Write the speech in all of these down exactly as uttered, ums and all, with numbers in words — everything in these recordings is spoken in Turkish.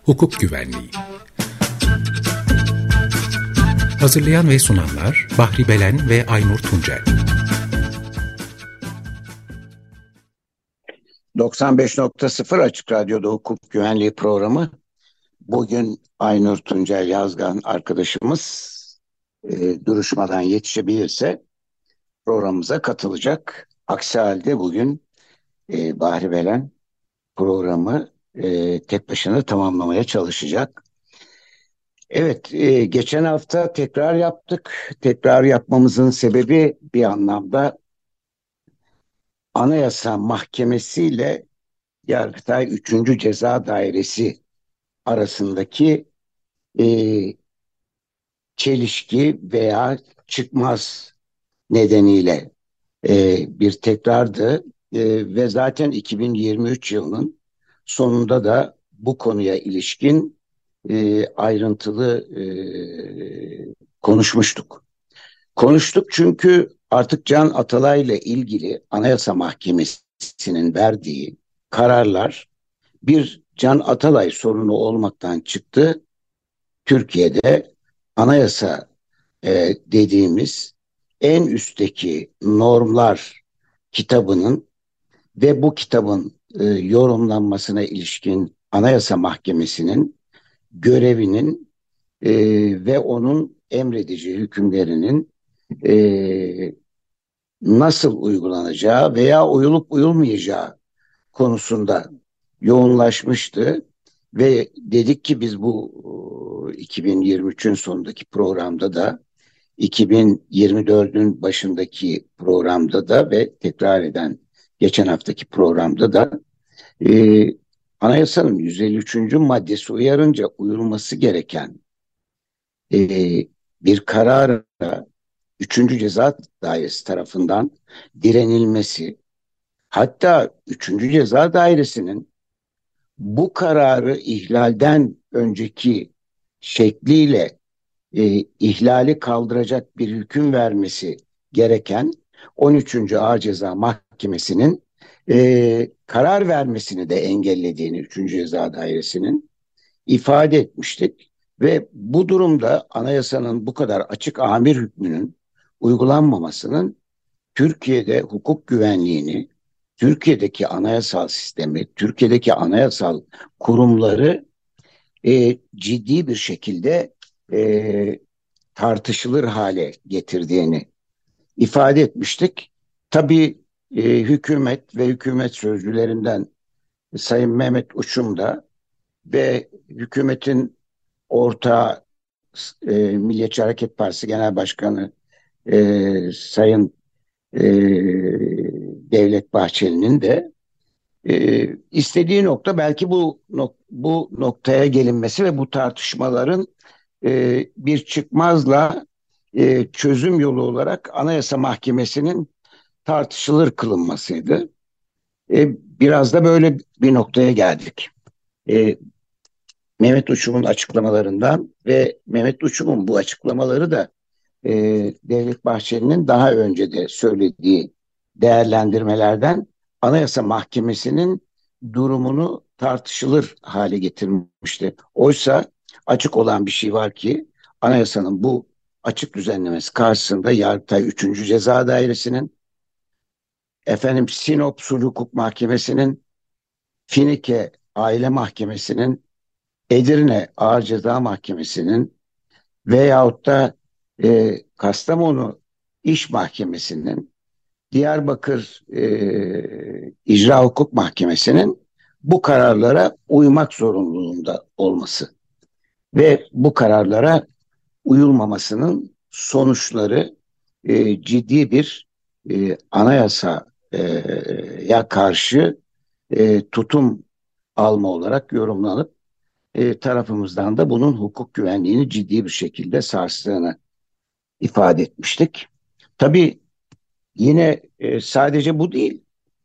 Hukuk Güvenliği. Hazırlayan ve sunanlar Bahri Belen ve Aynur Tuncel. doksan beş nokta sıfır Açık Radyo'da Hukuk Güvenliği programı. Bugün Aynur Tuncel Yazgan arkadaşımız e, duruşmadan yetişebilirse programımıza katılacak. Aksi halde bugün e, Bahri Belen programı e, tek başına tamamlamaya çalışacak. Evet, e, geçen hafta tekrar yaptık. Tekrar yapmamızın sebebi bir anlamda Anayasa Mahkemesi ile Yargıtay üçüncü Ceza Dairesi arasındaki e, çelişki veya çıkmaz nedeniyle e, bir tekrardı. E, ve zaten iki bin yirmi üç yılının sonunda da bu konuya ilişkin e, ayrıntılı e, konuşmuştuk. Konuştuk çünkü artık Can Atalay ile ilgili Anayasa Mahkemesi'nin verdiği kararlar bir Can Atalay sorunu olmaktan çıktı. Türkiye'de anayasa e, dediğimiz en üstteki normlar kitabının ve bu kitabın e, yorumlanmasına ilişkin Anayasa Mahkemesi'nin görevinin e, ve onun emredici hükümlerinin e, nasıl uygulanacağı veya uyulup uyulmayacağı konusunda yoğunlaşmıştı ve dedik ki biz bu iki bin yirmi üçün sonundaki programda da iki bin yirmi dördün başındaki programda da ve tekrar eden geçen haftaki programda da e, Anayasanın yüz elli üçüncü maddesi uyarınca uyulması gereken e, bir karara üçüncü Ceza Dairesi tarafından direnilmesi, hatta üçüncü Ceza Dairesi'nin bu kararı ihlalden önceki şekliyle e, ihlali kaldıracak bir hüküm vermesi gereken on üçüncü Ağır Ceza Mahkemesi'nin e, karar vermesini de engellediğini üçüncü Ceza Dairesi'nin ifade etmiştik. Ve bu durumda anayasanın bu kadar açık amir hükmünün uygulanmamasının Türkiye'de hukuk güvenliğini, Türkiye'deki anayasal sistemi, Türkiye'deki anayasal kurumları e, ciddi bir şekilde e, tartışılır hale getirdiğini ifade etmiştik. Tabii e, hükümet ve hükümet sözcülerinden Sayın Mehmet Uçum da ve hükümetin ortağı e, Milliyetçi Hareket Partisi Genel Başkanı e, Sayın e, Devlet Bahçeli'nin de e, istediği nokta belki bu nok bu noktaya gelinmesi ve bu tartışmaların e, bir çıkmazla e, çözüm yolu olarak Anayasa Mahkemesi'nin tartışılır kılınmasıydı. E, biraz da böyle bir noktaya geldik. E, Mehmet Uçum'un açıklamalarından ve Mehmet Uçum'un bu açıklamaları da e, Devlet Bahçeli'nin daha önce de söylediği değerlendirmelerden Anayasa Mahkemesi'nin durumunu tartışılır hale getirmişti. Oysa açık olan bir şey var ki anayasanın bu açık düzenlemesi karşısında Yargıtay üçüncü Ceza Dairesi'nin, efendim Sinop Sulh Hukuk Mahkemesi'nin, Finike Aile Mahkemesi'nin, Edirne Ağır Ceza Mahkemesi'nin veyahut da e, Kastamonu İş Mahkemesi'nin, Diyarbakır e, İcra Hukuk Mahkemesi'nin bu kararlara uymak zorunluluğunda olması ve bu kararlara uyulmamasının sonuçları e, ciddi bir e, anayasaya karşı e, tutum alma olarak yorumlanıp e, tarafımızdan da bunun hukuk güvenliğini ciddi bir şekilde sarstığını ifade etmiştik. Tabii yine e, sadece bu değil.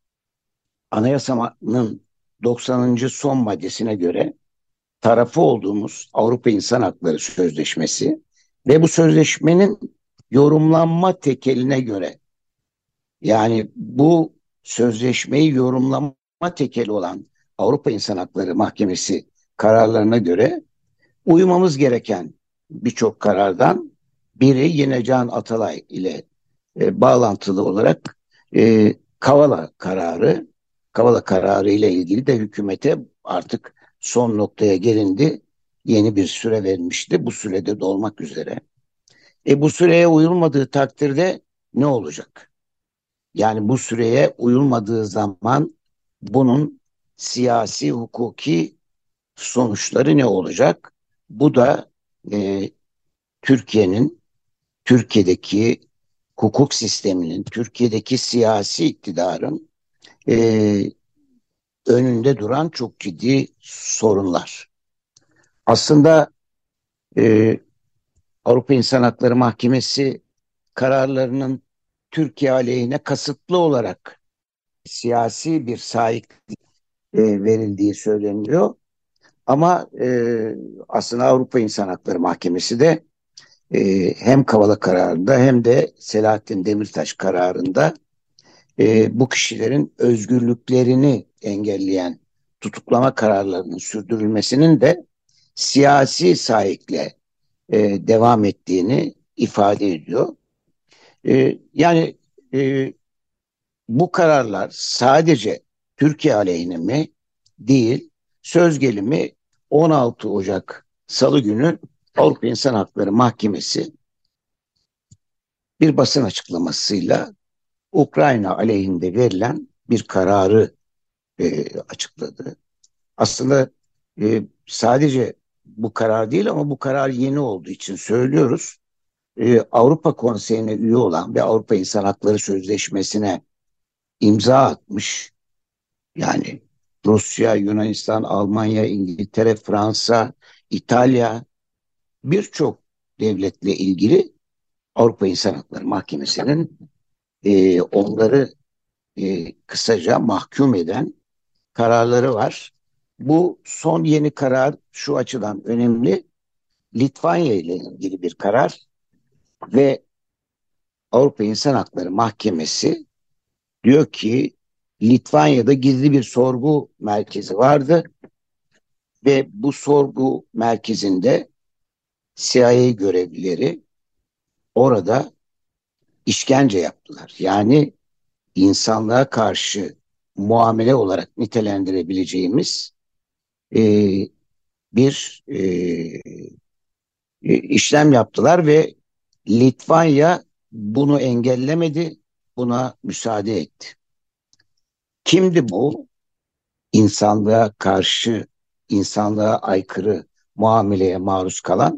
Anayasanın doksanıncı son maddesine göre tarafı olduğumuz Avrupa İnsan Hakları Sözleşmesi ve bu sözleşmenin yorumlanma tekeline göre, yani bu sözleşmeyi yorumlama tekeli olan Avrupa İnsan Hakları Mahkemesi kararlarına göre uymamız gereken birçok karardan biri yine Can Atalay ile e, bağlantılı olarak e, Kavala kararı. Kavala kararı ile ilgili de hükümete artık son noktaya gelindi. Yeni bir süre verilmişti. Bu sürede dolmak üzere. E bu süreye uyulmadığı takdirde ne olacak? Yani bu süreye uyulmadığı zaman bunun siyasi, hukuki sonuçları ne olacak? Bu da e, Türkiye'nin, Türkiye'deki hukuk sisteminin, Türkiye'deki siyasi iktidarın e, önünde duran çok ciddi sorunlar. Aslında e, Avrupa İnsan Hakları Mahkemesi kararlarının Türkiye aleyhine kasıtlı olarak siyasi bir saiklik e, verildiği söyleniyor. Ama e, aslında Avrupa İnsan Hakları Mahkemesi de e, hem Kavala kararında hem de Selahattin Demirtaş kararında e, bu kişilerin özgürlüklerini engelleyen tutuklama kararlarının sürdürülmesinin de siyasi sahikle e, devam ettiğini ifade ediyor. E, yani e, bu kararlar sadece Türkiye aleyhine mi değil, söz gelimi on altı Ocak Salı günü Avrupa İnsan Hakları Mahkemesi bir basın açıklamasıyla Ukrayna aleyhinde verilen bir kararı e, açıkladı. Aslında e, sadece bu karar değil ama bu karar yeni olduğu için söylüyoruz. E, Avrupa Konseyi'ne üye olan ve Avrupa İnsan Hakları Sözleşmesi'ne imza atmış. Yani Rusya, Yunanistan, Almanya, İngiltere, Fransa, İtalya birçok devletle ilgili Avrupa İnsan Hakları Mahkemesi'nin e, onları e, kısaca mahkum eden kararları var. Bu son yeni karar şu açıdan önemli. Litvanya ile ilgili bir karar ve Avrupa İnsan Hakları Mahkemesi diyor ki Litvanya'da gizli bir sorgu merkezi vardı ve bu sorgu merkezinde C I A görevlileri orada işkence yaptılar. Yani insanlığa karşı muamele olarak nitelendirebileceğimiz e, bir e, e, işlem yaptılar ve Litvanya bunu engellemedi, buna müsaade etti. Kimdi bu? İnsanlığa karşı, insanlığa aykırı muameleye maruz kalan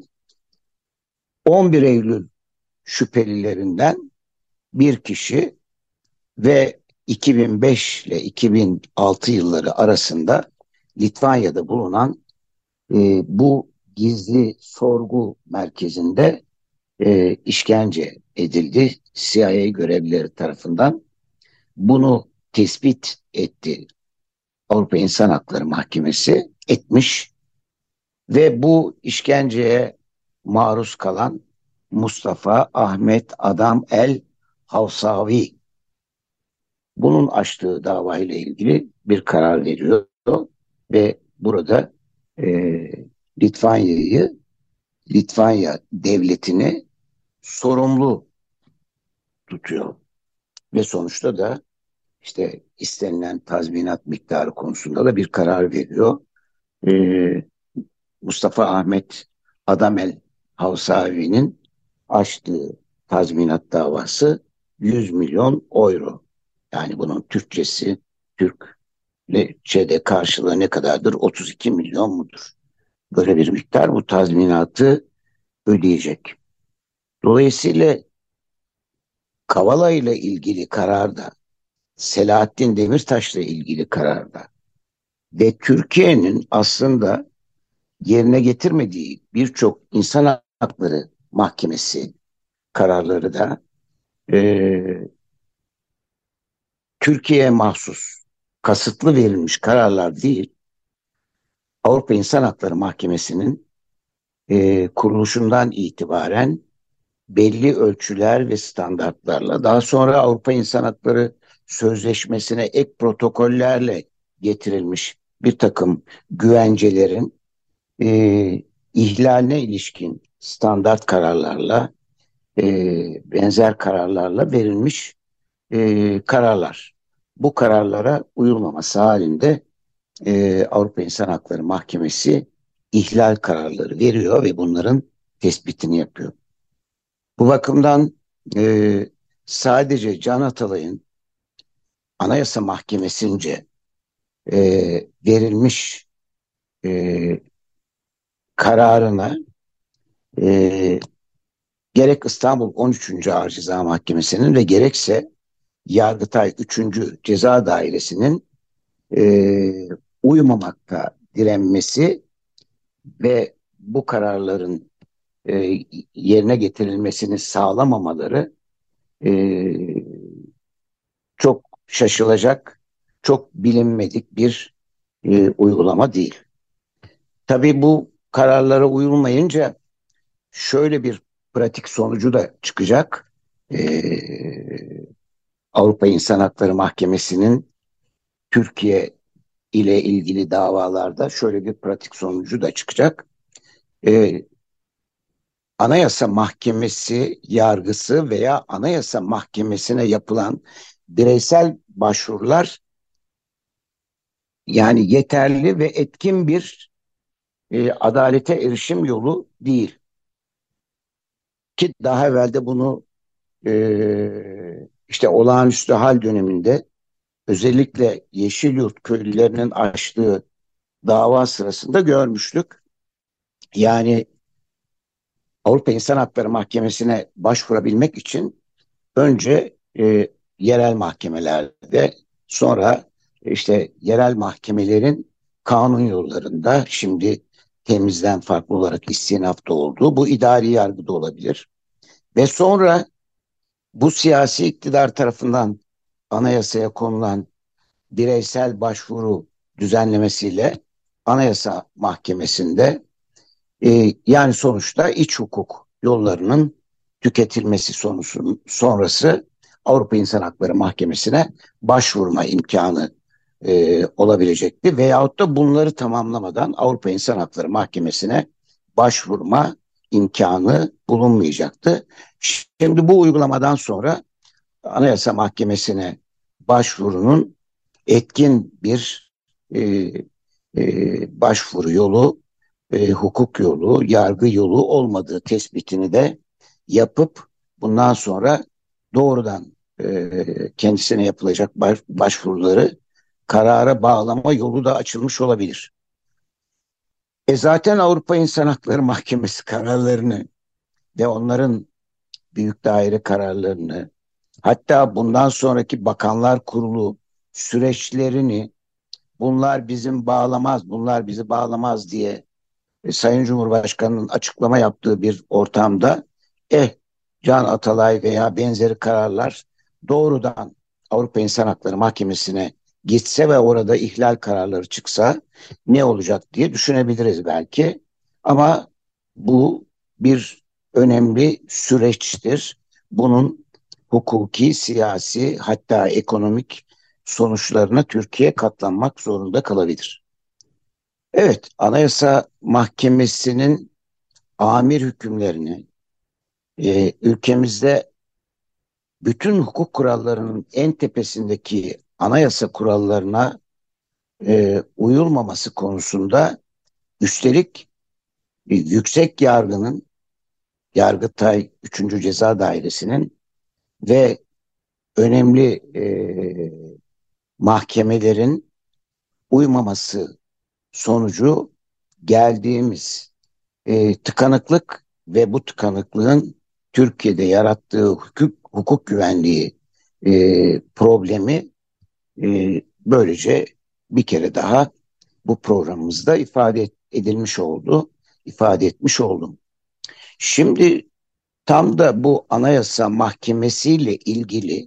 on bir Eylül şüphelilerinden bir kişi ve iki bin beş ile iki bin altı yılları arasında Litvanya'da bulunan e, bu gizli sorgu merkezinde e, işkence edildi C I A görevlileri tarafından. Bunu tespit etti Avrupa İnsan Hakları Mahkemesi etmiş ve bu işkenceye maruz kalan Mustafa Ahmet Adam El Havsavi bunun açtığı dava ile ilgili bir karar veriyor ve burada e, Litvanya'yı Litvanya devletini sorumlu tutuyor ve sonuçta da işte istenilen tazminat miktarı konusunda da bir karar veriyor. Ee, Mustafa Ahmet Adamel Havsavi'nin açtığı tazminat davası yüz milyon euro. Yani bunun Türkçesi, Türkçe'de karşılığı ne kadardır? otuz iki milyon mudur? Böyle bir miktar bu tazminatı ödeyecek. Dolayısıyla Kavala ile ilgili kararda, Selahattin Demirtaş'la ilgili kararda ve Türkiye'nin aslında yerine getirmediği birçok insan hakları mahkemesi kararları da e, Türkiye'ye mahsus, kasıtlı verilmiş kararlar değil, Avrupa İnsan Hakları Mahkemesi'nin e, kuruluşundan itibaren belli ölçüler ve standartlarla, daha sonra Avrupa İnsan Hakları Sözleşmesi'ne ek protokollerle getirilmiş bir takım güvencelerin e, ihlaline ilişkin standart kararlarla, e, benzer kararlarla verilmiş e, kararlar. Bu kararlara uyulmaması halinde e, Avrupa İnsan Hakları Mahkemesi ihlal kararları veriyor ve bunların tespitini yapıyor. Bu bakımdan e, sadece Can Atalay'ın Anayasa Mahkemesi'nce e, verilmiş e, kararına e, gerek İstanbul on üçüncü. Ağır Ceza Mahkemesi'nin ve gerekse Yargıtay üçüncü. Ceza Dairesi'nin e, uymamakta direnmesi ve bu kararların e, yerine getirilmesini sağlamamaları e, çok şaşılacak, çok bilinmedik bir e, uygulama değil. Tabii bu kararlara uyulmayınca şöyle bir pratik sonucu da çıkacak. Ee, Avrupa İnsan Hakları Mahkemesi'nin Türkiye ile ilgili davalarda şöyle bir pratik sonucu da çıkacak. Ee, Anayasa Mahkemesi yargısı veya Anayasa Mahkemesi'ne yapılan bireysel başvurular yani yeterli ve etkin bir e, adalete erişim yolu değil. Ki daha evvel de bunu e, işte olağanüstü hal döneminde özellikle Yeşilyurt köylülerinin açtığı dava sırasında görmüştük. Yani Avrupa İnsan Hakları Mahkemesi'ne başvurabilmek için önce e, yerel mahkemelerde, sonra işte yerel mahkemelerin kanun yollarında, şimdi temizden farklı olarak istinafta olduğu, bu idari yargıda olabilir. Ve sonra bu siyasi iktidar tarafından anayasaya konulan bireysel başvuru düzenlemesiyle Anayasa Mahkemesi'nde e, yani sonuçta iç hukuk yollarının tüketilmesi sonucu sonrası Avrupa İnsan Hakları Mahkemesi'ne başvurma imkanı e, olabilecekti. Veyahut da bunları tamamlamadan Avrupa İnsan Hakları Mahkemesi'ne başvurma imkanı bulunmayacaktı. Şimdi bu uygulamadan sonra Anayasa Mahkemesi'ne başvurunun etkin bir e, e, başvuru yolu, e, hukuk yolu, yargı yolu olmadığı tespitini de yapıp bundan sonra doğrudan e, kendisine yapılacak baş, başvuruları karara bağlama yolu da açılmış olabilir. E zaten Avrupa İnsan Hakları Mahkemesi kararlarını ve onların büyük daire kararlarını, hatta bundan sonraki Bakanlar Kurulu süreçlerini bunlar bizim bağlamaz, bunlar bizi bağlamaz diye e, Sayın Cumhurbaşkanı'nın açıklama yaptığı bir ortamda eh Can Atalay veya benzeri kararlar doğrudan Avrupa İnsan Hakları Mahkemesi'ne gitse ve orada ihlal kararları çıksa ne olacak diye düşünebiliriz belki. Ama bu bir önemli süreçtir. Bunun hukuki, siyasi hatta ekonomik sonuçlarına Türkiye katlanmak zorunda kalabilir. Evet, Anayasa Mahkemesi'nin amir hükümlerini e, ülkemizde bütün hukuk kurallarının en tepesindeki anayasa kurallarına e, uyulmaması konusunda, üstelik e, yüksek yargının, Yargıtay üçüncü. Ceza Dairesi'nin ve önemli e, mahkemelerin uymaması sonucu geldiğimiz e, tıkanıklık ve bu tıkanıklığın Türkiye'de yarattığı hukuk, hukuk güvenliği e, problemi e, böylece bir kere daha bu programımızda ifade edilmiş oldu, ifade etmiş oldum. Şimdi tam da bu Anayasa Mahkemesi ile ilgili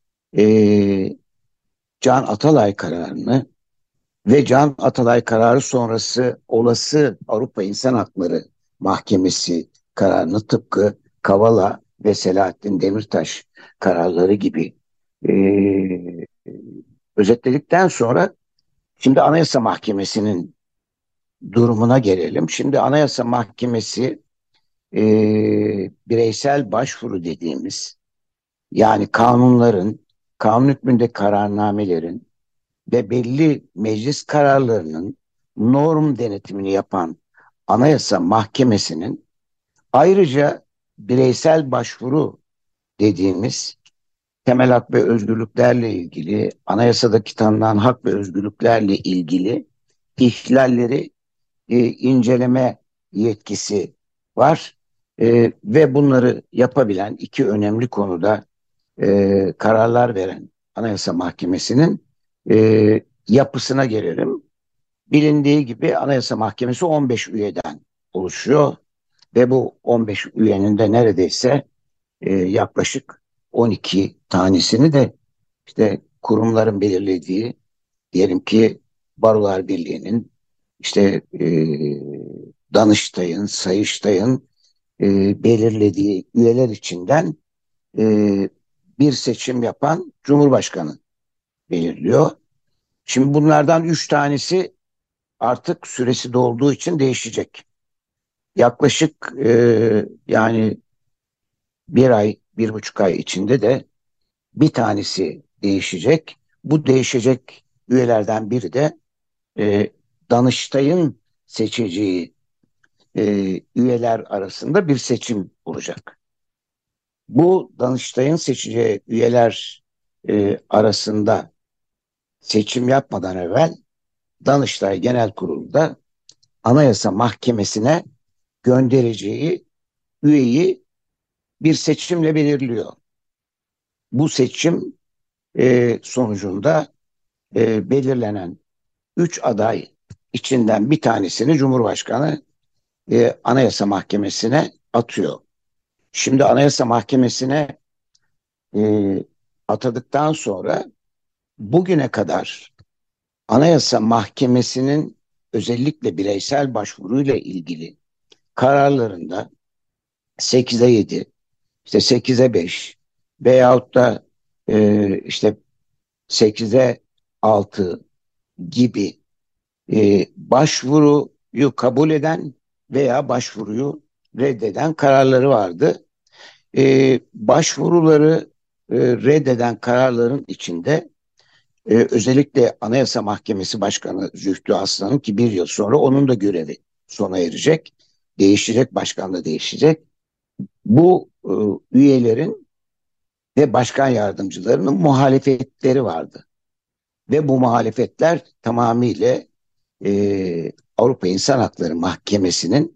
e, Can Atalay kararını ve Can Atalay kararı sonrası olası Avrupa İnsan Hakları Mahkemesi kararını, tıpkı Kavala ve Selahattin Demirtaş kararları gibi e, özetledikten sonra şimdi Anayasa Mahkemesi'nin durumuna gelelim. Şimdi Anayasa Mahkemesi e, bireysel başvuru dediğimiz, yani kanunların, kanun hükmünde kararnamelerin ve belli meclis kararlarının norm denetimini yapan Anayasa Mahkemesi'nin ayrıca bireysel başvuru dediğimiz temel hak ve özgürlüklerle ilgili, anayasadaki tanınan hak ve özgürlüklerle ilgili ihlalleri e, inceleme yetkisi var. E, ve bunları yapabilen iki önemli konuda e, kararlar veren Anayasa Mahkemesi'nin e, yapısına gelelim. Bilindiği gibi Anayasa Mahkemesi on beş üyeden oluşuyor ve bu on beş üyenin de neredeyse e, yaklaşık on iki tanesini de işte kurumların belirlediği, diyelim ki Barolar Birliği'nin, işte e, Danıştay'ın, Sayıştay'ın e, belirlediği üyeler içinden e, bir seçim yapan Cumhurbaşkanı belirliyor. Şimdi bunlardan üç tanesi artık süresi dolduğu için değişecek. Yaklaşık e, yani bir ay, bir buçuk ay içinde de bir tanesi değişecek. Bu değişecek üyelerden biri de e, Danıştay'ın seçeceği e, üyeler arasında bir seçim olacak. Bu Danıştay'ın seçeceği üyeler e, arasında seçim yapmadan evvel Danıştay Genel Kurulu'da Anayasa Mahkemesi'ne göndereceği üyeyi bir seçimle belirliyor. Bu seçim e, sonucunda e, belirlenen üç aday içinden bir tanesini Cumhurbaşkanı e, Anayasa Mahkemesi'ne atıyor. Şimdi Anayasa Mahkemesi'ne e, atadıktan sonra bugüne kadar Anayasa Mahkemesi'nin özellikle bireysel başvuruyla ilgili kararlarında sekize yedi, işte sekize beş veyahut da e, işte sekize altı gibi e, başvuruyu kabul eden veya başvuruyu reddeden kararları vardı. E, başvuruları e, reddeden kararların içinde e, özellikle Anayasa Mahkemesi Başkanı Zühtü Aslan'ın, ki bir yıl sonra onun da görevi sona erecek, değişecek, başkan da değişecek. Bu e, üyelerin ve başkan yardımcılarının muhalefetleri vardı. Ve bu muhalefetler tamamıyla e, Avrupa İnsan Hakları Mahkemesi'nin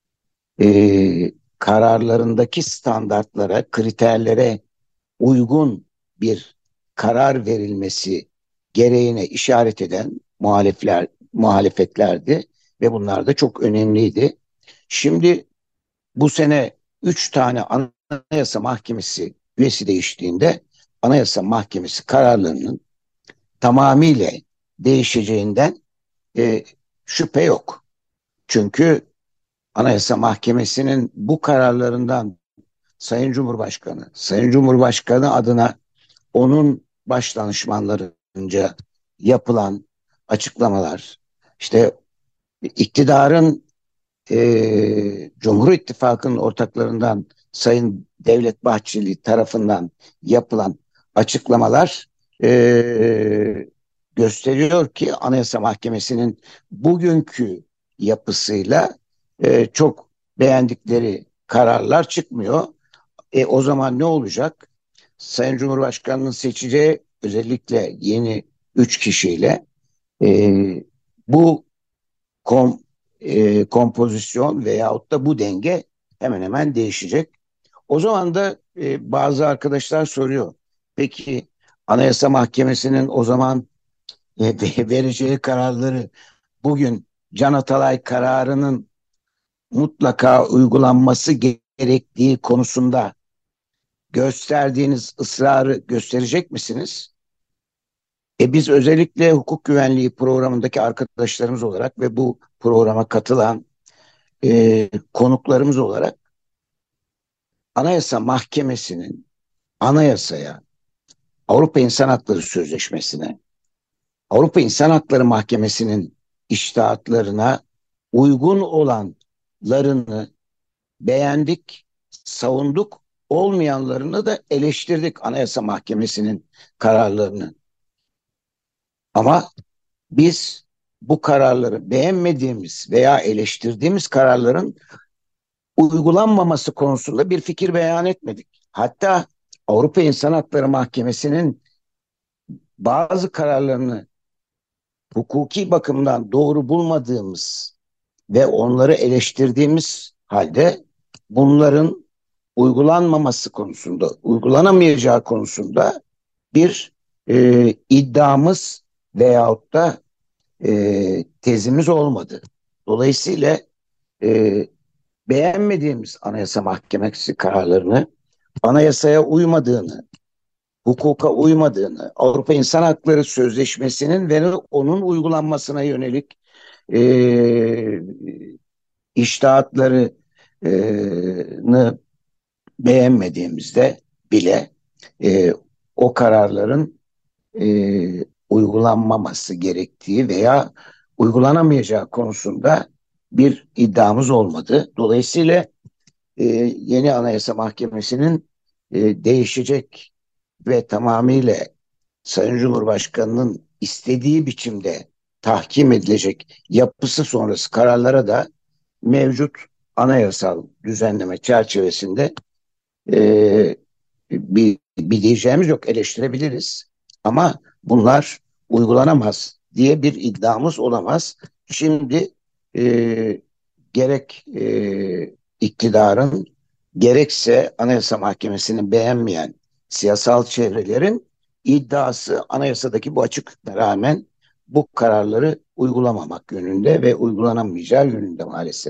e, kararlarındaki standartlara, kriterlere uygun bir karar verilmesi gereğine işaret eden muhalifler, muhalefetlerdi ve bunlar da çok önemliydi. Şimdi bu sene üç tane Anayasa Mahkemesi üyesi değiştiğinde Anayasa Mahkemesi kararlarının tamamıyla değişeceğinden e, şüphe yok. Çünkü Anayasa Mahkemesi'nin bu kararlarından Sayın Cumhurbaşkanı, Sayın Cumhurbaşkanı adına onun baş danışmanlarınca yapılan açıklamalar, işte iktidarın e, Cumhur İttifakı'nın ortaklarından Sayın Devlet Bahçeli tarafından yapılan açıklamalar e, gösteriyor ki Anayasa Mahkemesi'nin bugünkü yapısıyla e, çok beğendikleri kararlar çıkmıyor. E, o zaman ne olacak? Sayın Cumhurbaşkanı'nın seçeceği özellikle yeni üç kişiyle e, bu kom, e, kompozisyon veyahut da bu denge hemen hemen değişecek. O zaman da e, bazı arkadaşlar soruyor. Peki Anayasa Mahkemesi'nin o zaman e, vereceği kararları bugün Can Atalay kararının mutlaka uygulanması gerektiği konusunda gösterdiğiniz ısrarı gösterecek misiniz? E biz özellikle hukuk güvenliği programındaki arkadaşlarımız olarak ve bu programa katılan e, konuklarımız olarak Anayasa Mahkemesi'nin anayasaya, Avrupa İnsan Hakları Sözleşmesi'ne, Avrupa İnsan Hakları Mahkemesi'nin içtihatlarına uygun olanlarını beğendik, savunduk, olmayanlarını da eleştirdik Anayasa Mahkemesi'nin kararlarını. Ama biz bu kararları beğenmediğimiz veya eleştirdiğimiz kararların uygulanmaması konusunda bir fikir beyan etmedik. Hatta Avrupa İnsan Hakları Mahkemesi'nin bazı kararlarını hukuki bakımdan doğru bulmadığımız ve onları eleştirdiğimiz halde bunların uygulanmaması konusunda, uygulanamayacağı konusunda bir e, iddiamız veyahut da e, tezimiz olmadı. Dolayısıyla e, beğenmediğimiz Anayasa Mahkemesi kararlarını, anayasaya uymadığını, hukuka uymadığını, Avrupa İnsan Hakları Sözleşmesi'nin ve onun uygulanmasına yönelik e, iştahatlarını beğenmediğimizde bile e, o kararların e, uygulanmaması gerektiği veya uygulanamayacağı konusunda bir iddiamız olmadı. Dolayısıyla e, yeni Anayasa Mahkemesi'nin e, değişecek ve tamamıyla Sayın Cumhurbaşkanı'nın istediği biçimde tahkim edilecek yapısı sonrası kararlara da mevcut anayasal düzenleme çerçevesinde e, bir, bir diyeceğimiz yok, eleştirebiliriz. Ama bunlar uygulanamaz diye bir iddiamız olamaz. Şimdi e, gerek e, iktidarın gerekse Anayasa Mahkemesi'ni beğenmeyen siyasal çevrelerin iddiası anayasadaki bu açıklıkla rağmen bu kararları uygulamamak yönünde ve uygulanamayacağı yönünde maalesef.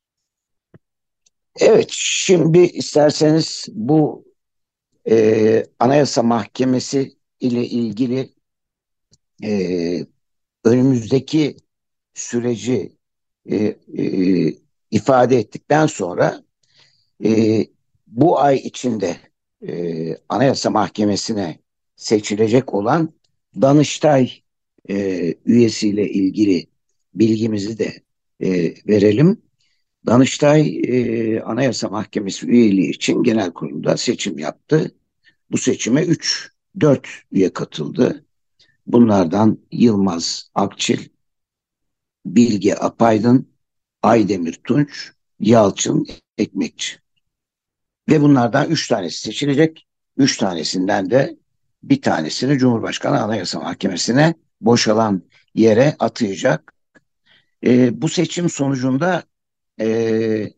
Evet, şimdi isterseniz bu e, Anayasa Mahkemesi ile ilgili e, önümüzdeki süreci e, e, ifade ettikten sonra e, bu ay içinde e, Anayasa Mahkemesi'ne seçilecek olan Danıştay e, üyesiyle ilgili bilgimizi de e, verelim. Danıştay e, Anayasa Mahkemesi üyeliği için genel kurulda seçim yaptı. Bu seçime üç dört üye katıldı. Bunlardan Yılmaz Akçil, Bilge Apaydın, Aydemir Tunç, Yalçın Ekmekçi. Ve bunlardan üç tanesi seçilecek. Üç tanesinden de bir tanesini Cumhurbaşkanı Anayasa Mahkemesi'ne boşalan yere atayacak. E, bu seçim sonucunda e,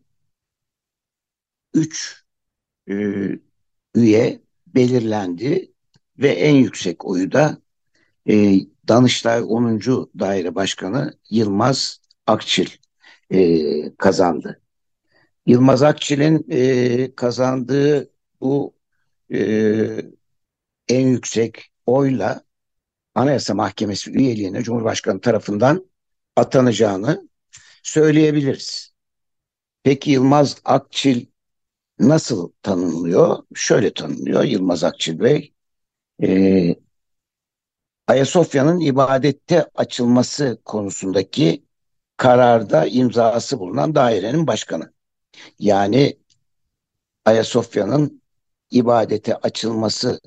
üç e, üye belirlendi ve en yüksek oyu da e, Danıştay onuncu. Daire Başkanı Yılmaz Akçil e, kazandı. Yılmaz Akçil'in e, kazandığı bu e, en yüksek oyla Anayasa Mahkemesi üyeliğine Cumhurbaşkanı tarafından atanacağını söyleyebiliriz. Peki Yılmaz Akçil nasıl tanınıyor? Şöyle tanınıyor Yılmaz Akçil Bey. E, Ayasofya'nın ibadette açılması konusundaki kararda imzası bulunan dairenin başkanı. Yani Ayasofya'nın ibadete açılmasına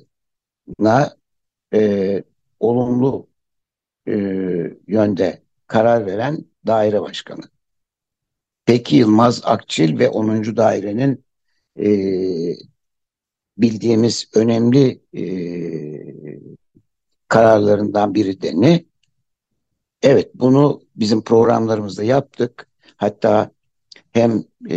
e, olumlu e, yönde karar veren daire başkanı. Peki Yılmaz Akçil ve onuncu dairenin e, bildiğimiz önemli e, kararlarından biri de ne? Evet, bunu bizim programlarımızda yaptık. Hatta hem e,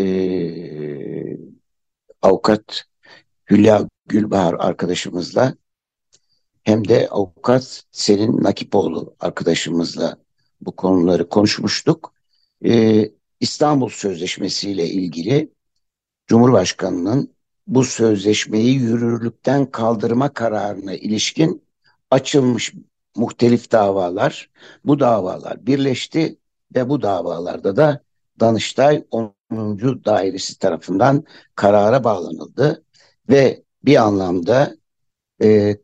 avukat Hülya Gülbahar arkadaşımızla hem de avukat Selin Nakipoğlu arkadaşımızla bu konuları konuşmuştuk. Ee, İstanbul Sözleşmesi ile ilgili Cumhurbaşkanı'nın bu sözleşmeyi yürürlükten kaldırma kararına ilişkin açılmış muhtelif davalar, bu davalar birleşti ve bu davalarda da Danıştay onuncu. Dairesi tarafından karara bağlanıldı ve bir anlamda e,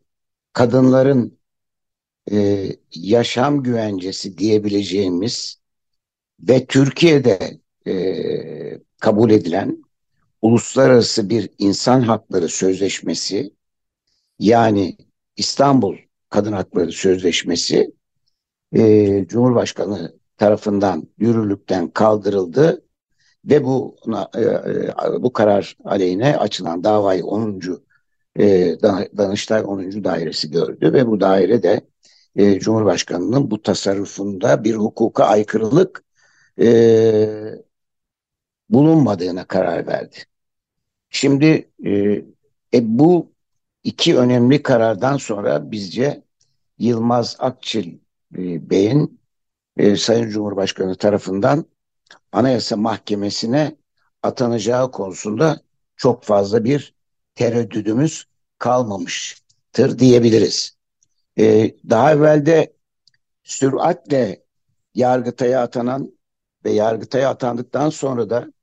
kadınların e, yaşam güvencesi diyebileceğimiz ve Türkiye'de e, kabul edilen uluslararası bir insan hakları sözleşmesi, yani İstanbul Kadın Hakları Sözleşmesi, e, Cumhurbaşkanı tarafından yürürlükten kaldırıldı ve bu e, e, bu karar aleyhine açılan davayı onuncu E, Danıştay onuncu Dairesi gördü ve bu daire de e, Cumhurbaşkanı'nın bu tasarrufunda bir hukuka aykırılık e, bulunmadığına karar verdi. Şimdi e, e, bu iki önemli karardan sonra bizce Yılmaz Akçil e, Bey'in e, Sayın Cumhurbaşkanı tarafından Anayasa Mahkemesi'ne atanacağı konusunda çok fazla bir tereddüdümüz kalmamıştır diyebiliriz. E, daha evvel de süratle Yargıtay'a atanan ve Yargıtay'a atandıktan sonra da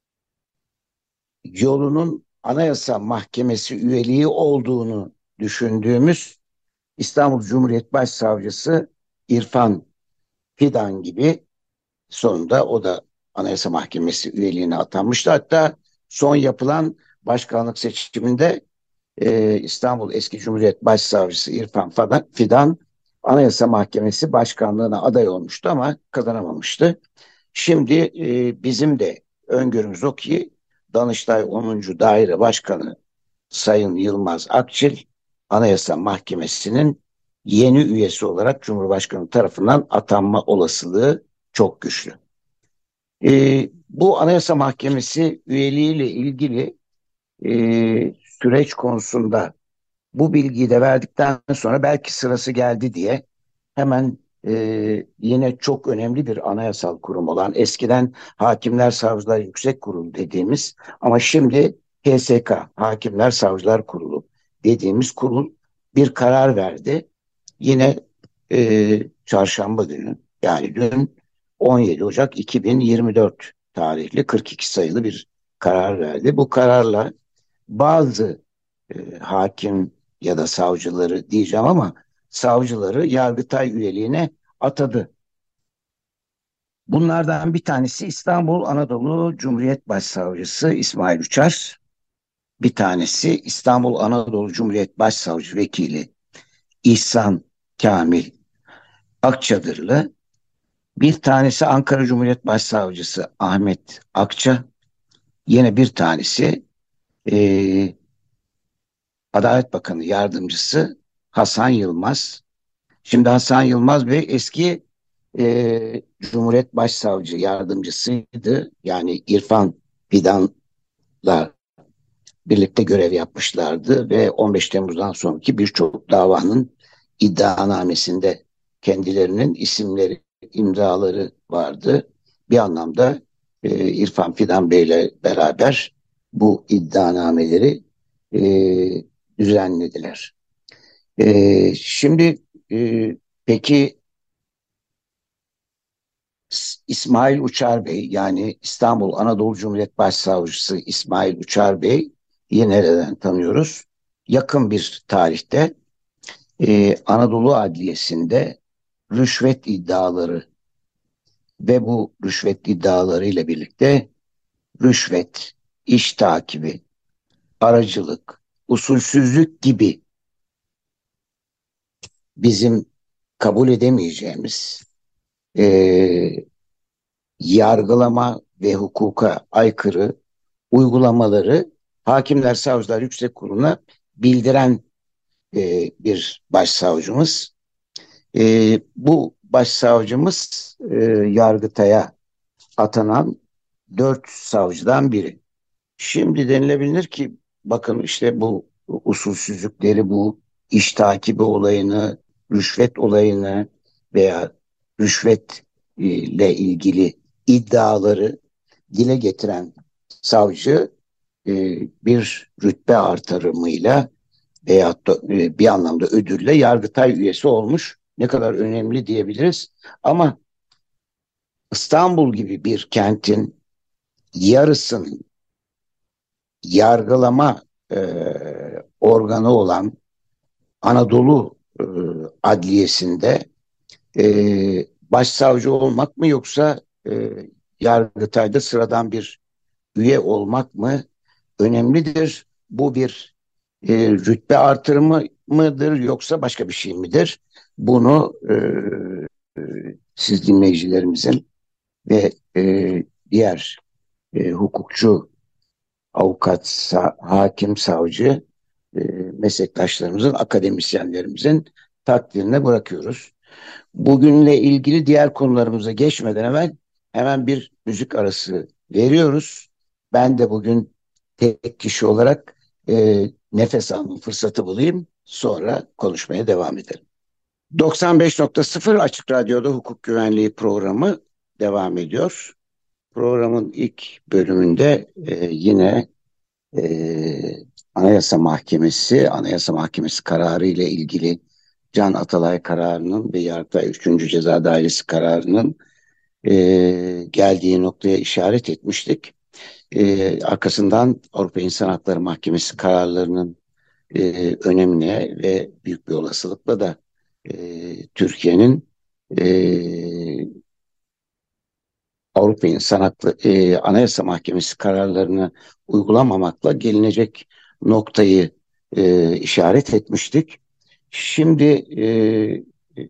yolunun Anayasa Mahkemesi üyeliği olduğunu düşündüğümüz İstanbul Cumhuriyet Başsavcısı İrfan Fidan gibi sonunda o da Anayasa Mahkemesi üyeliğine atanmıştı. Hatta son yapılan başkanlık seçiminde e, İstanbul Eski Cumhuriyet Başsavcısı İrfan Fidan Anayasa Mahkemesi başkanlığına aday olmuştu ama kazanamamıştı. Şimdi e, bizim de öngörümüz o ki Danıştay onuncu Daire Başkanı Sayın Yılmaz Akçil Anayasa Mahkemesi'nin yeni üyesi olarak Cumhurbaşkanı tarafından atanma olasılığı çok güçlü. E, bu Anayasa Mahkemesi üyeliğiyle ilgili e, süreç konusunda bu bilgiyi de verdikten sonra belki sırası geldi diye hemen e, yine çok önemli bir anayasal kurum olan eskiden Hakimler Savcılar Yüksek Kurulu dediğimiz ama şimdi H S K Hakimler Savcılar Kurulu dediğimiz kurul bir karar verdi. Yine e, çarşamba günü yani dün on yedi Ocak iki bin yirmi dört tarihli kırk iki sayılı bir karar verdi. Bu kararla bazı e, hakim ya da savcıları diyeceğim ama savcıları Yargıtay üyeliğine atadı. Bunlardan bir tanesi İstanbul Anadolu Cumhuriyet Başsavcısı İsmail Uçar. Bir tanesi İstanbul Anadolu Cumhuriyet Başsavcı Vekili İhsan Kamil Akçadırlı. Bir tanesi Ankara Cumhuriyet Başsavcısı Ahmet Akça. Yine bir tanesi e, Adalet Bakanı Yardımcısı Hasan Yılmaz. Şimdi Hasan Yılmaz Bey eski e, Cumhuriyet Başsavcı Yardımcısıydı. Yani İrfan Fidan'la birlikte görev yapmışlardı ve on beş Temmuz'dan sonraki birçok davanın iddianamesinde kendilerinin isimleri, imzaları vardı. Bir anlamda e, İrfan Fidan Bey'le beraber bu iddianameleri e, düzenlediler. E, şimdi e, peki İsmail Uçar Bey yani İstanbul Anadolu Cumhuriyet Başsavcısı İsmail Uçar Bey yine nereden tanıyoruz? Yakın bir tarihte e, Anadolu Adliyesi'nde rüşvet iddiaları ve bu rüşvet iddiaları ile birlikte rüşvet, iş takibi, aracılık, usulsüzlük gibi bizim kabul edemeyeceğimiz e, yargılama ve hukuka aykırı uygulamaları Hakimler Savcılar Yüksek Kurulu'na bildiren e, bir başsavcımız. E, bu başsavcımız e, Yargıtay'a atanan dört savcıdan biri. Şimdi denilebilir ki bakın işte bu usulsüzlükleri, bu iş takibi olayını, rüşvet olayını veya rüşvet e, ile ilgili iddiaları dile getiren savcı e, bir rütbe artırımıyla veyahut da e, bir anlamda ödülle Yargıtay üyesi olmuş. Ne kadar önemli diyebiliriz. Ama İstanbul gibi bir kentin yarısının yargılama e, organı olan Anadolu e, Adliyesi'nde e, başsavcı olmak mı yoksa e, Yargıtay'da sıradan bir üye olmak mı önemlidir? Bu bir e, rütbe artırımı mıdır yoksa başka bir şey midir? Bunu e, e, siz dinleyicilerimizin ve e, diğer e, hukukçu, avukat, sa- hakim, savcı e, meslektaşlarımızın, akademisyenlerimizin takdirine bırakıyoruz. Bugünle ilgili diğer konularımıza geçmeden evvel hemen bir müzik arası veriyoruz. Ben de bugün tek kişi olarak e, nefes alma fırsatı bulayım. Sonra konuşmaya devam edelim. doksan beş nokta sıfır Açık Radyo'da hukuk güvenliği programı devam ediyor. Programın ilk bölümünde e, yine e, Anayasa Mahkemesi, Anayasa Mahkemesi kararı ile ilgili Can Atalay kararının ve Yargıtay üçüncü Ceza Dairesi kararının e, geldiği noktaya işaret etmiştik. E, arkasından Avrupa İnsan Hakları Mahkemesi kararlarının e, önemine ve büyük bir olasılıkla da e, Türkiye'nin e, Avrupa İnsan Hakları e, Anayasa Mahkemesi kararlarını uygulamamakla gelinecek noktayı e, işaret etmiştik. Şimdi e, e,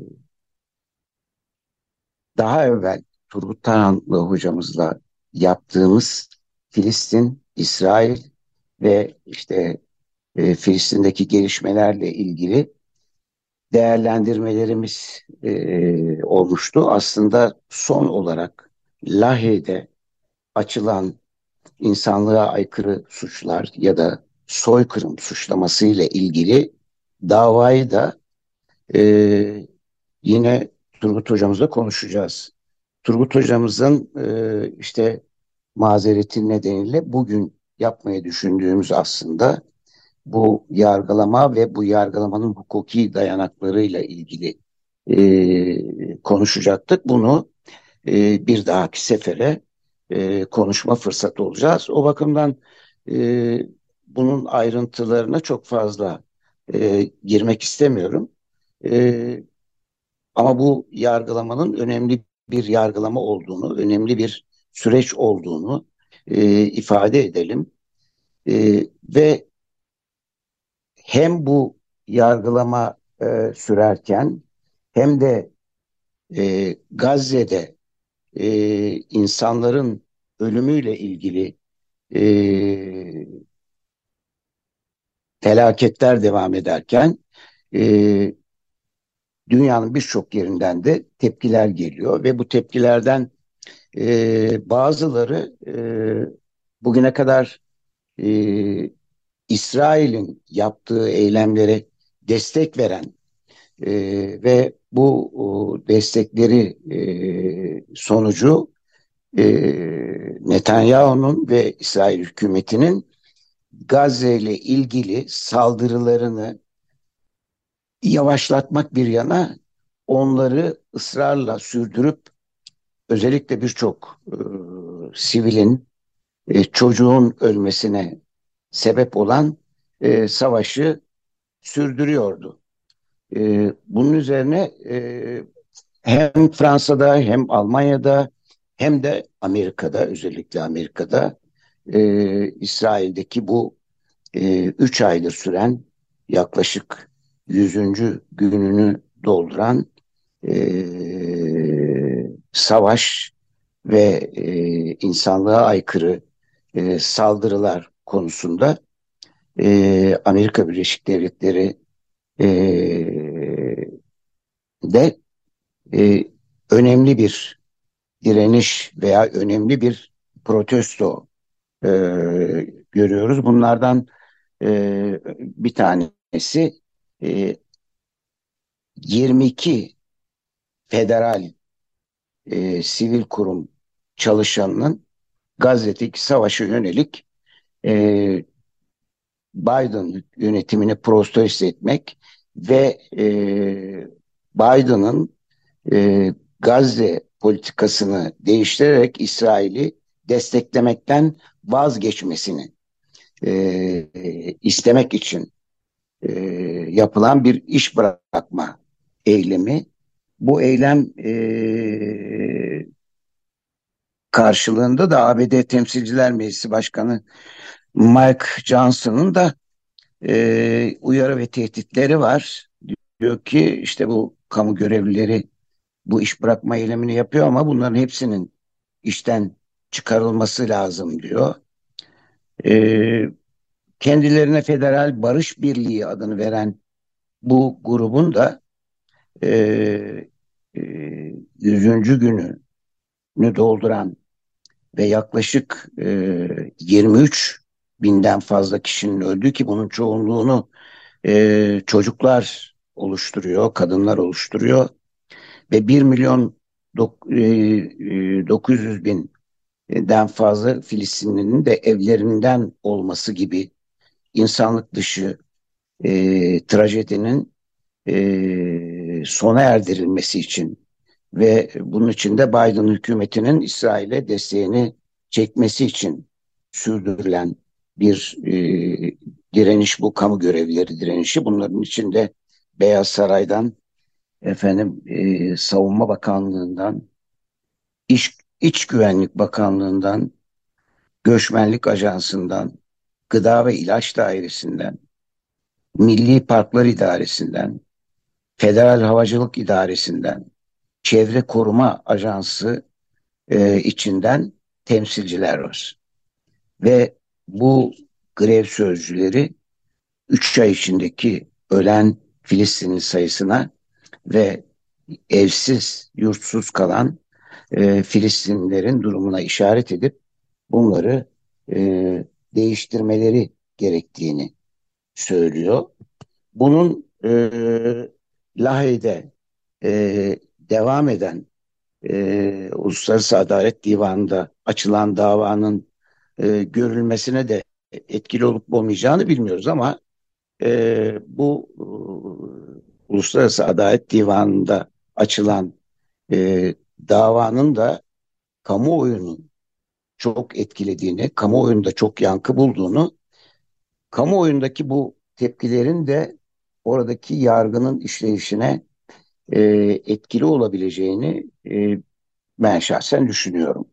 daha evvel Turgut Tarhanlı hocamızla yaptığımız Filistin, İsrail ve işte e, Filistin'deki gelişmelerle ilgili değerlendirmelerimiz e, olmuştu. Aslında son olarak Lahey'de açılan insanlığa aykırı suçlar ya da soykırım suçlaması ile ilgili davayı da e, yine Turgut hocamızla konuşacağız. Turgut hocamızın e, işte mazereti nedeniyle bugün yapmayı düşündüğümüz aslında bu yargılama ve bu yargılamanın hukuki dayanaklarıyla ilgili e, konuşacaktık. Bunu e, bir dahaki sefere e, konuşma fırsatı olacağız. O bakımdan e, bunun ayrıntılarına çok fazla e, girmek istemiyorum. E, Ama bu yargılamanın önemli bir yargılama olduğunu, önemli bir süreç olduğunu e, ifade edelim. E, ve hem bu yargılama e, sürerken hem de e, Gazze'de e, insanların ölümüyle ilgili e, felaketler devam ederken e, dünyanın birçok yerinden de tepkiler geliyor ve bu tepkilerden e, bazıları e, bugüne kadar e, İsrail'in yaptığı eylemlere destek veren e, ve bu o, destekleri e, sonucu e, Netanyahu'nun ve İsrail hükümetinin Gazze ile ilgili saldırılarını yavaşlatmak bir yana onları ısrarla sürdürüp özellikle birçok e, sivilin, e, çocuğun ölmesine sebep olan e, savaşı sürdürüyordu. E, bunun üzerine e, hem Fransa'da hem Almanya'da hem de Amerika'da, özellikle Amerika'da e, İsrail'deki bu e, üç aydır süren yaklaşık yüzüncü gününü dolduran e, savaş ve e, insanlığa aykırı e, saldırılar konusunda e, Amerika Birleşik Devletleri e, de e, önemli bir direniş veya önemli bir protesto e, görüyoruz. Bunlardan e, bir tanesi e, yirmi iki federal e, sivil kurum çalışanının Gazze'deki savaşa yönelik e, Biden yönetimini protesto etmek ve e, Biden'ın e, Gazze politikasını değiştirerek İsrail'i desteklemekten vazgeçmesini e, istemek için e, yapılan bir iş bırakma eylemi. Bu eylem e, karşılığında da A B D Temsilciler Meclisi Başkanı Mike Johnson'ın da e, uyarı ve tehditleri var. Diyor ki işte bu kamu görevlileri bu iş bırakma eylemini yapıyor ama bunların hepsinin işten çıkarılması lazım diyor. E, Kendilerine Federal Barış Birliği adını veren bu grubun da e, e, yüzüncü gününü dolduran ve yaklaşık e, yirmi üç binden fazla kişinin öldüğü, ki bunun çoğunluğunu e, çocuklar oluşturuyor, kadınlar oluşturuyor ve bir milyon dok- e, e, dokuz yüz binden fazla Filistinlinin de evlerinden olması gibi insanlık dışı e, trajedinin e, sona erdirilmesi için ve bunun için de Biden hükümetinin İsrail'e desteğini çekmesi için sürdürülen bir e, direniş, bu kamu görevlileri direnişi. Bunların içinde Beyaz Saray'dan, efendim e, Savunma Bakanlığı'ndan, İş, İç Güvenlik Bakanlığı'ndan, Göçmenlik Ajansı'ndan, Gıda ve İlaç Dairesi'nden, Milli Parklar İdaresi'nden, Federal Havacılık İdaresi'nden, Çevre Koruma Ajansı e, içinden temsilciler var. Ve bu grev sözcüleri üç ay içindeki ölen Filistinli sayısına ve evsiz, yurtsuz kalan e, Filistinlilerin durumuna işaret edip bunları e, değiştirmeleri gerektiğini söylüyor. Bunun e, Lahey'de e, devam eden e, Uluslararası Adalet Divanı'nda açılan davanın e, görülmesine de etkili olup olmayacağını bilmiyoruz ama e, bu e, Uluslararası Adalet Divanı'nda açılan e, davanın da kamuoyunun çok etkilediğini, kamuoyunda çok yankı bulduğunu, kamuoyundaki bu tepkilerin de oradaki yargının işleyişine e, etkili olabileceğini e, ben şahsen düşünüyorum.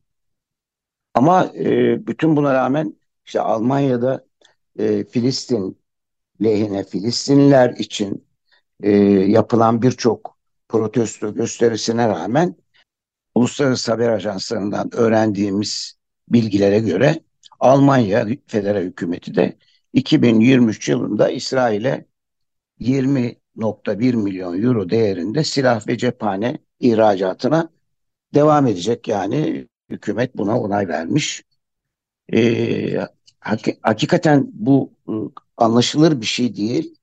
Ama e, bütün buna rağmen işte Almanya'da e, Filistin lehine, Filistinliler için e, yapılan birçok protesto gösterisine rağmen uluslararası haber ajanslarından öğrendiğimiz bilgilere göre Almanya Federal Hükümeti de iki bin yirmi üç yılında İsrail'e yirmi nokta bir milyon euro değerinde silah ve cephane ihracatına devam edecek. Yani hükümet buna onay vermiş. E, hak- Hakikaten bu e, anlaşılır bir şey değil.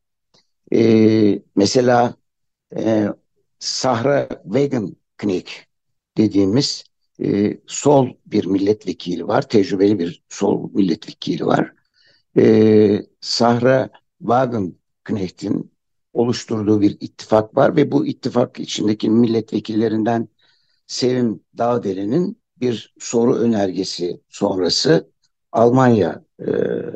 E, mesela e, Sahra Wagenknecht dediğimiz e, sol bir milletvekili var. Tecrübeli bir sol milletvekili var. E, Sahra Wagenknecht'in oluşturduğu bir ittifak var ve bu ittifak içindeki milletvekillerinden Sevim Dağdelen'in bir soru önergesi sonrası Almanya e,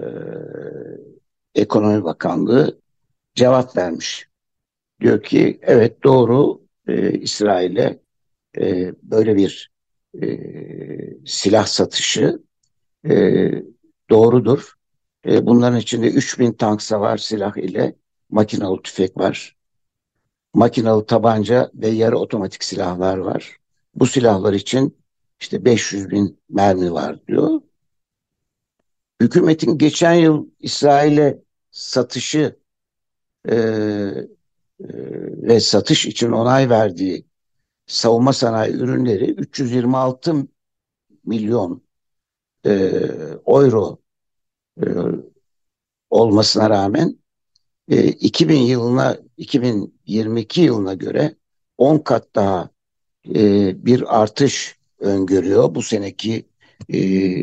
Ekonomi Bakanlığı cevap vermiş. Diyor ki evet doğru, e, İsrail'e e, böyle bir e, silah satışı e, doğrudur. E, bunların içinde üç bin tank savar silah ile makinalı tüfek var. Makinalı tabanca ve yarı otomatik silahlar var. Bu silahlar için işte beş yüz bin mermi var diyor. Hükümetin geçen yıl İsrail'e satışı e, e, ve satış için onay verdiği savunma sanayi ürünleri üç yüz yirmi altı milyon e, euro e, olmasına rağmen e, iki bin yılına iki bin yirmi iki yılına göre on kat daha e, bir artış öngörüyor bu seneki e,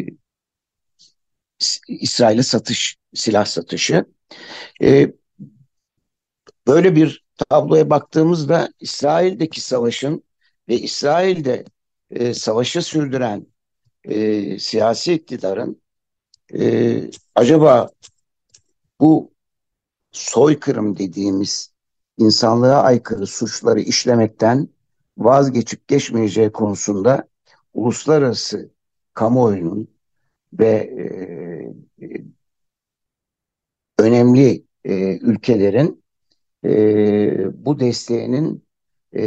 İsrail'e satış, silah satışı. E, Böyle bir tabloya baktığımızda İsrail'deki savaşın ve İsrail'de e, savaşı sürdüren e, siyasi iktidarın e, acaba bu soykırım dediğimiz insanlığa aykırı suçları işlemekten vazgeçip geçmeyeceği konusunda uluslararası kamuoyunun ve e, önemli e, ülkelerin e, bu desteğinin e,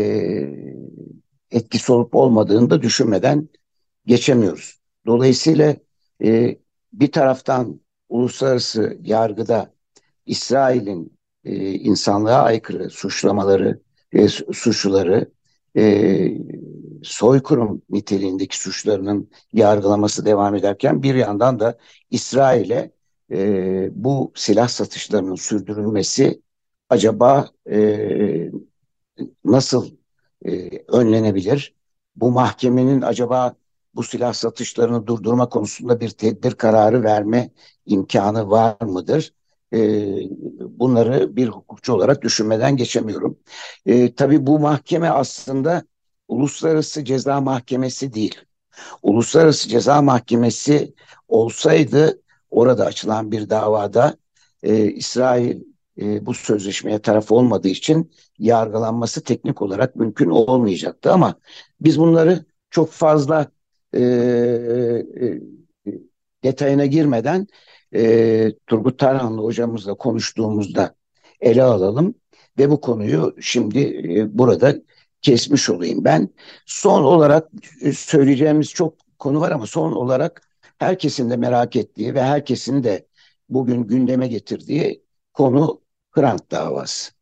etkisi olup olmadığını da düşünmeden geçemiyoruz. Dolayısıyla e, bir taraftan uluslararası yargıda İsrail'in e, insanlığa aykırı suçlamaları, e, suçluları, e, soykırım niteliğindeki suçlarının yargılaması devam ederken bir yandan da İsrail'e e, bu silah satışlarının sürdürülmesi acaba e, nasıl e, önlenebilir? Bu mahkemenin acaba bu silah satışlarını durdurma konusunda bir tedbir kararı verme imkanı var mıdır? E, Bunları bir hukukçu olarak düşünmeden geçemiyorum. E, tabii bu mahkeme aslında Uluslararası Ceza Mahkemesi değil. Uluslararası Ceza Mahkemesi olsaydı orada açılan bir davada e, İsrail e, bu sözleşmeye taraf olmadığı için yargılanması teknik olarak mümkün olmayacaktı. Ama biz bunları çok fazla e, e, detayına girmeden e, Turgut Tarhanlı hocamızla konuştuğumuzda ele alalım ve bu konuyu şimdi e, burada kesmiş olayım ben. Son olarak e, söyleyeceğimiz çok konu var ama son olarak herkesin de merak ettiği ve herkesin de bugün gündeme getirdiği konu Hrant davası.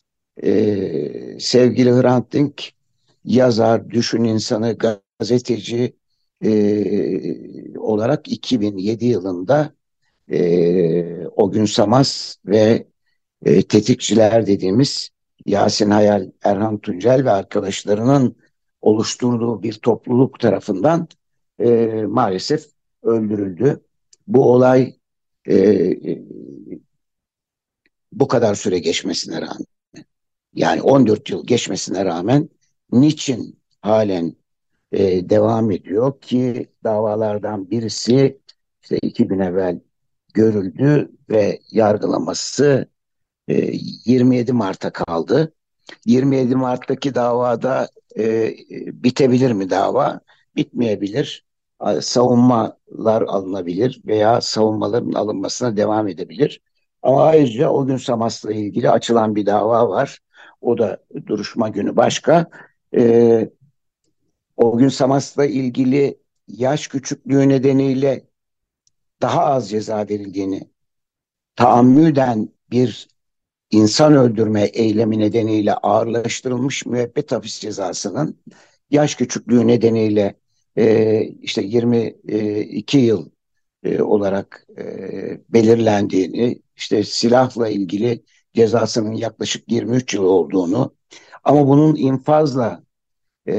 Ee, sevgili Hrant Dink yazar, düşün insanı, gazeteci e, olarak iki bin yedi yılında e, O Gün Samas ve e, tetikçiler dediğimiz Yasin Hayal, Erhan Tuncel ve arkadaşlarının oluşturduğu bir topluluk tarafından e, maalesef öldürüldü. Bu olay e, e, bu kadar süre geçmesine rağmen, yani on dört yıl geçmesine rağmen niçin halen e, devam ediyor ki davalardan birisi işte iki gün evvel görüldü ve yargılaması e, yirmi yedi Mart'a kaldı. yirmi yedi Mart'taki davada e, bitebilir mi dava? Bitmeyebilir. Savunmalar alınabilir veya savunmaların alınmasına devam edebilir. Ama ayrıca O Gün Samas'la ilgili açılan bir dava var. O da duruşma günü başka. E, O Gün Samas'la ilgili yaş küçüklüğü nedeniyle daha az ceza verildiğini, taammüden bir insan öldürme eylemi nedeniyle ağırlaştırılmış müebbet hapis cezasının yaş küçüklüğü nedeniyle e, işte yirmi iki yıl e, olarak e, belirlendiğini, işte silahla ilgili cezasının yaklaşık yirmi üç yıl olduğunu ama bunun infazla e,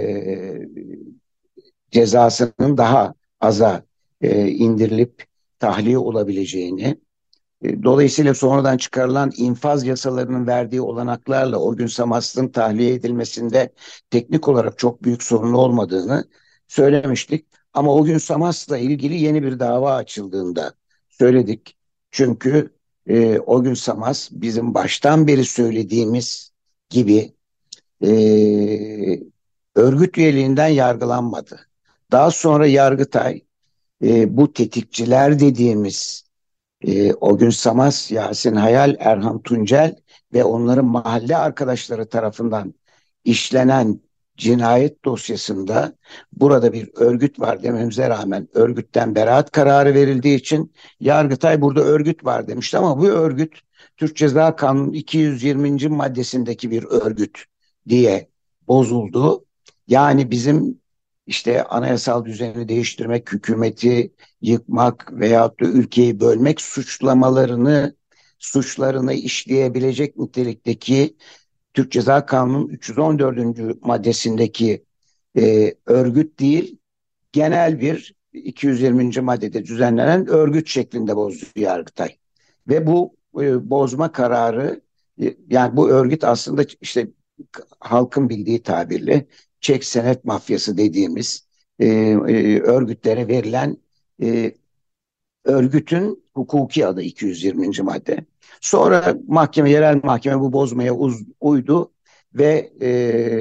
cezasının daha aza e, indirilip tahliye olabileceğini, e, dolayısıyla sonradan çıkarılan infaz yasalarının verdiği olanaklarla O Gün Samas'ın tahliye edilmesinde teknik olarak çok büyük sorun olmadığını söylemiştik. Ama O Gün Samas'la ilgili yeni bir dava açıldığında söyledik. Çünkü e, O Gün Samas bizim baştan beri söylediğimiz gibi e, örgüt üyeliğinden yargılanmadı. Daha sonra Yargıtay e, bu tetikçiler dediğimiz e, O Gün Samas, Yasin Hayal, Erhan Tuncel ve onların mahalle arkadaşları tarafından işlenen cinayet dosyasında burada bir örgüt var dememize rağmen örgütten beraat kararı verildiği için Yargıtay burada örgüt var demişti ama bu örgüt Türk Ceza Kanunu iki yüz yirminci maddesindeki bir örgüt diye bozuldu. Yani bizim işte anayasal düzeni değiştirmek, hükümeti yıkmak veyahut da ülkeyi bölmek suçlamalarını, suçlarını işleyebilecek nitelikteki Türk Ceza Kanunu'nun üç yüz on dördüncü maddesindeki e, örgüt değil, genel bir iki yüz yirminci maddede düzenlenen örgüt şeklinde bozdu Yargıtay. Ve bu e, bozma kararı, e, yani bu örgüt aslında işte halkın bildiği tabirle çek senet mafyası dediğimiz e, e, örgütlere verilen e, örgütün hukuki adı iki yüz yirminci madde. Sonra mahkeme, yerel mahkeme bu bozmaya uz, uydu ve e,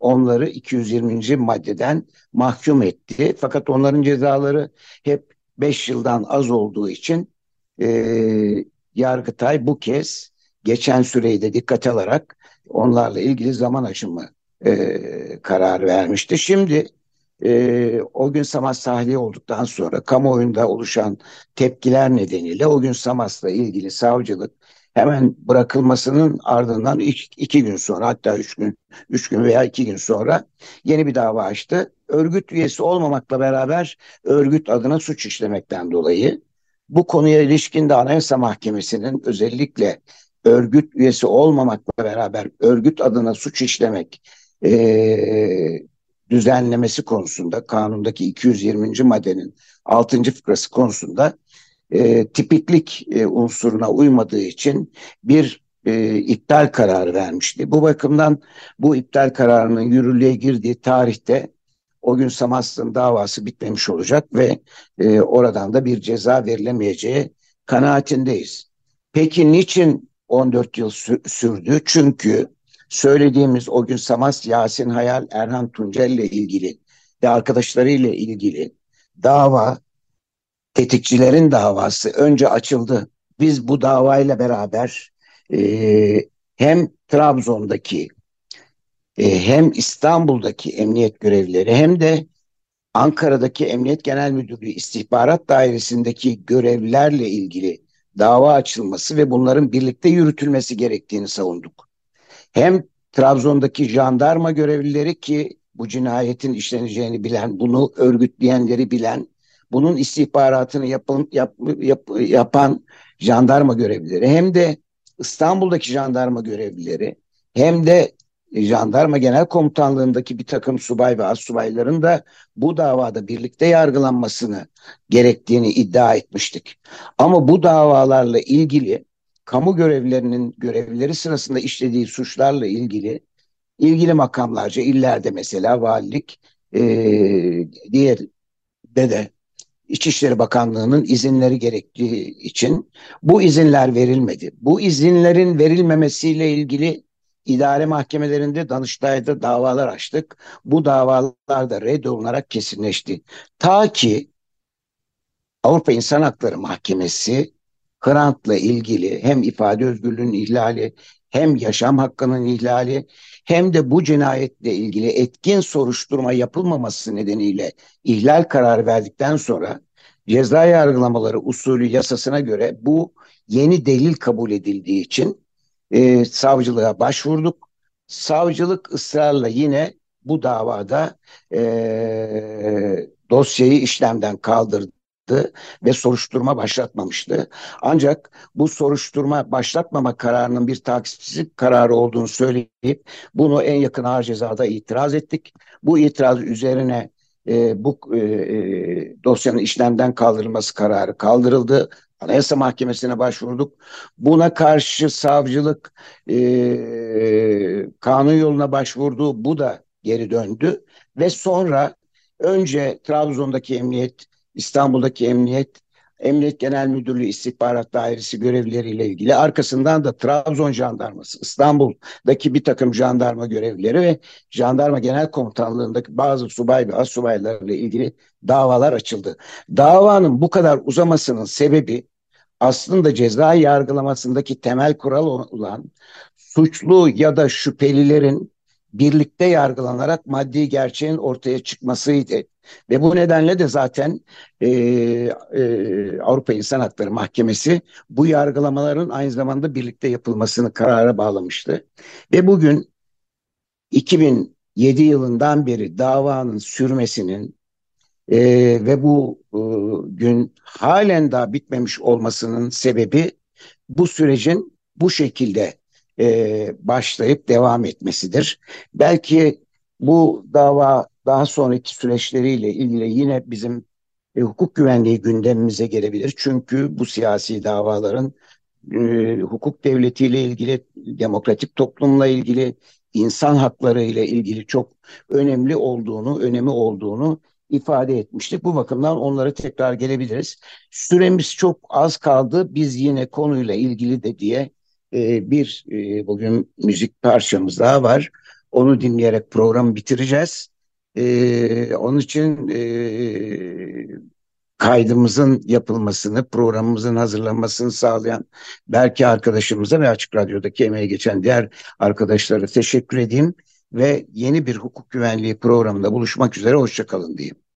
onları iki yüz yirminci maddeden mahkum etti. Fakat onların cezaları hep beş yıldan az olduğu için e, Yargıtay bu kez geçen süreyi de dikkate alarak onlarla ilgili zaman aşımı e, kararı vermişti. Şimdi e, o gün Samas tahliye olduktan sonra kamuoyunda oluşan tepkiler nedeniyle o gün Samas'la ilgili savcılık hemen bırakılmasının ardından iki, iki gün sonra, hatta üç gün, üç gün veya iki gün sonra yeni bir dava açtı. Örgüt üyesi olmamakla beraber örgüt adına suç işlemekten dolayı bu konuya ilişkin de Anayasa Mahkemesi'nin özellikle örgüt üyesi olmamakla beraber örgüt adına suç işlemek e, düzenlemesi konusunda, kanundaki iki yüz yirminci maddenin altıncı fıkrası konusunda e, tipiklik e, unsuruna uymadığı için bir e, iptal kararı vermişti. Bu bakımdan bu iptal kararının yürürlüğe girdiği tarihte o gün Samas'ın davası bitmemiş olacak ve e, oradan da bir ceza verilemeyeceği kanaatindeyiz. Peki niçin on dört yıl sü- sürdü? Çünkü söylediğimiz o gün Samas, Yasin Hayal, Erhan Tuncel ile ilgili ve arkadaşlarıyla ilgili dava, tetikçilerin davası önce açıldı. Biz bu davayla beraber e, hem Trabzon'daki e, hem İstanbul'daki emniyet görevlileri hem de Ankara'daki Emniyet Genel Müdürlüğü İstihbarat Dairesi'ndeki görevlilerle ilgili dava açılması ve bunların birlikte yürütülmesi gerektiğini savunduk. Hem Trabzon'daki jandarma görevlileri, ki bu cinayetin işleneceğini bilen, bunu örgütleyenleri bilen, bunun istihbaratını yapın, yap, yap, yapan jandarma görevlileri, hem de İstanbul'daki jandarma görevlileri, hem de Jandarma Genel Komutanlığındaki bir takım subay ve astsubayların da bu davada birlikte yargılanmasını gerektiğini iddia etmiştik. Ama bu davalarla ilgili kamu görevlilerinin görevlileri sırasında işlediği suçlarla ilgili ilgili makamlarca, illerde mesela valilik, e, diğer de de İçişleri Bakanlığı'nın izinleri gerektiği için bu izinler verilmedi. Bu izinlerin verilmemesiyle ilgili idare mahkemelerinde, Danıştay'da davalar açtık. Bu davalar da reddolunarak kesinleşti. Ta ki Avrupa İnsan Hakları Mahkemesi Hrant'la ilgili hem ifade özgürlüğünün ihlali, hem yaşam hakkının ihlali, hem de bu cinayetle ilgili etkin soruşturma yapılmaması nedeniyle ihlal kararı verdikten sonra ceza yargılamaları usulü yasasına göre bu yeni delil kabul edildiği için e, savcılığa başvurduk. Savcılık ısrarla yine bu davada e, dosyayı işlemden kaldırdı ve soruşturma başlatmamıştı. Ancak bu soruşturma başlatmama kararının bir takipsizlik kararı olduğunu söyleyip bunu en yakın ağır cezada itiraz ettik. Bu itiraz üzerine e, bu e, e, dosyanın işlemden kaldırılması kararı kaldırıldı. Anayasa Mahkemesi'ne başvurduk. Buna karşı savcılık e, kanun yoluna başvurdu. Bu da geri döndü ve sonra önce Trabzon'daki emniyet, İstanbul'daki emniyet, Emniyet Genel Müdürlüğü İstihbarat Dairesi görevlileriyle ilgili, arkasından da Trabzon Jandarması, İstanbul'daki bir takım jandarma görevlileri ve Jandarma Genel Komutanlığı'ndaki bazı subay ve astsubaylarla ilgili davalar açıldı. Davanın bu kadar uzamasının sebebi aslında ceza yargılamasındaki temel kural olan suçlu ya da şüphelilerin birlikte yargılanarak maddi gerçeğin ortaya çıkmasıydı. Ve bu nedenle de zaten e, e, Avrupa İnsan Hakları Mahkemesi bu yargılamaların aynı zamanda birlikte yapılmasını karara bağlamıştı. Ve bugün iki bin yedi yılından beri davanın sürmesinin e, ve bu e, gün halen daha bitmemiş olmasının sebebi bu sürecin bu şekilde e, başlayıp devam etmesidir. Belki bu dava daha sonraki süreçleriyle ilgili yine bizim e, hukuk güvenliği gündemimize gelebilir. Çünkü bu siyasi davaların e, hukuk devletiyle ilgili, demokratik toplumla ilgili, insan hakları ile ilgili çok önemli olduğunu, önemi olduğunu ifade etmiştik. Bu bakımdan onlara tekrar gelebiliriz. Süremiz çok az kaldı. Biz yine konuyla ilgili de diye e, bir e, bugün müzik parçamız daha var. Onu dinleyerek programı bitireceğiz. Ee, onun için e, kaydımızın yapılmasını, programımızın hazırlanmasını sağlayan belki arkadaşımıza ve Açık Radyo'daki emeği geçen diğer arkadaşlara teşekkür edeyim ve yeni bir hukuk güvenliği programında buluşmak üzere, hoşça kalın diyeyim.